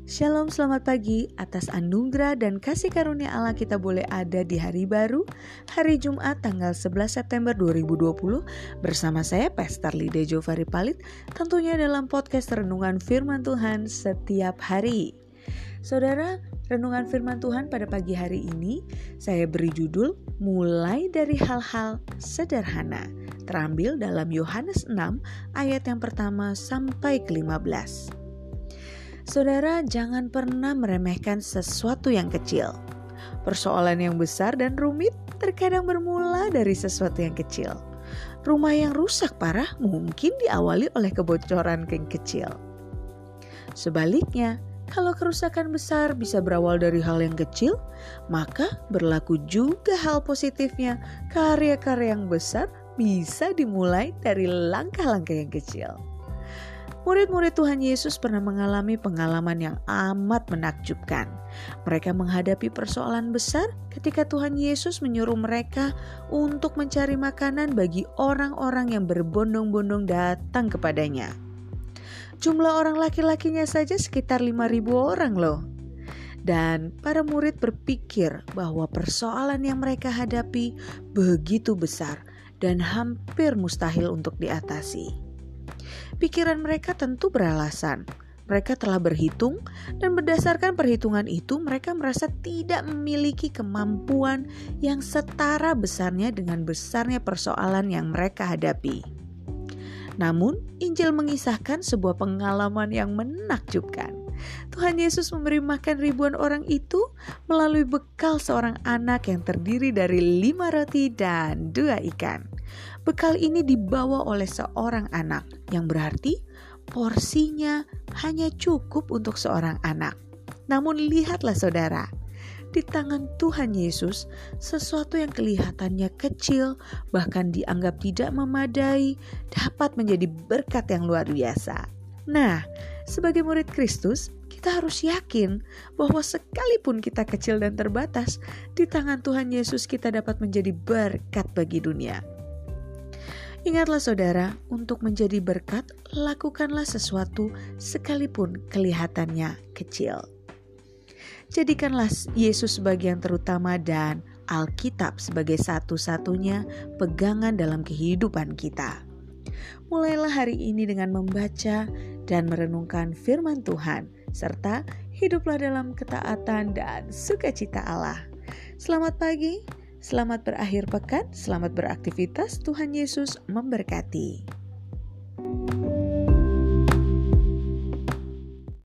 Shalom, selamat pagi. Atas anugerah dan kasih karunia Allah kita boleh ada di hari baru, hari Jumat tanggal 11 September 2020 bersama saya Pastor Lida Jovari Palit, tentunya dalam podcast Renungan Firman Tuhan setiap hari. Saudara, renungan firman Tuhan pada pagi hari ini saya beri judul Mulai dari hal-hal sederhana, terambil dalam Yohanes 6 ayat yang pertama sampai ke-15. Saudara, jangan pernah meremehkan sesuatu yang kecil. Persoalan yang besar dan rumit terkadang bermula dari sesuatu yang kecil. Rumah yang rusak parah mungkin diawali oleh kebocoran yang kecil. Sebaliknya, kalau kerusakan besar bisa berawal dari hal yang kecil, maka berlaku juga hal positifnya. Karya-karya yang besar bisa dimulai dari langkah-langkah yang kecil. Murid-murid Tuhan Yesus pernah mengalami pengalaman yang amat menakjubkan. Mereka menghadapi persoalan besar ketika Tuhan Yesus menyuruh mereka untuk mencari makanan bagi orang-orang yang berbondong-bondong datang kepadanya. Jumlah orang laki-lakinya saja sekitar 5.000 orang loh. Dan para murid berpikir bahwa persoalan yang mereka hadapi begitu besar dan hampir mustahil untuk diatasi. Pikiran mereka tentu beralasan. Mereka telah berhitung dan berdasarkan perhitungan itu mereka merasa tidak memiliki kemampuan yang setara besarnya dengan besarnya persoalan yang mereka hadapi. Namun, Injil mengisahkan sebuah pengalaman yang menakjubkan. Tuhan Yesus memberi makan ribuan orang itu melalui bekal seorang anak yang terdiri dari 5 roti dan 2 ikan. Bekal ini dibawa oleh seorang anak, yang berarti porsinya hanya cukup untuk seorang anak. Namun lihatlah saudara, di tangan Tuhan Yesus, sesuatu yang kelihatannya kecil, bahkan dianggap tidak memadai, dapat menjadi berkat yang luar biasa. Nah, sebagai murid Kristus, kita harus yakin bahwa sekalipun kita kecil dan terbatas, di tangan Tuhan Yesus kita dapat menjadi berkat bagi dunia. Ingatlah saudara, untuk menjadi berkat, lakukanlah sesuatu sekalipun kelihatannya kecil. Jadikanlah Yesus sebagai yang terutama dan Alkitab sebagai satu-satunya pegangan dalam kehidupan kita. Mulailah hari ini dengan membaca dan merenungkan firman Tuhan, serta hiduplah dalam ketaatan dan sukacita Allah. Selamat pagi. Selamat berakhir pekan, selamat beraktivitas, Tuhan Yesus memberkati.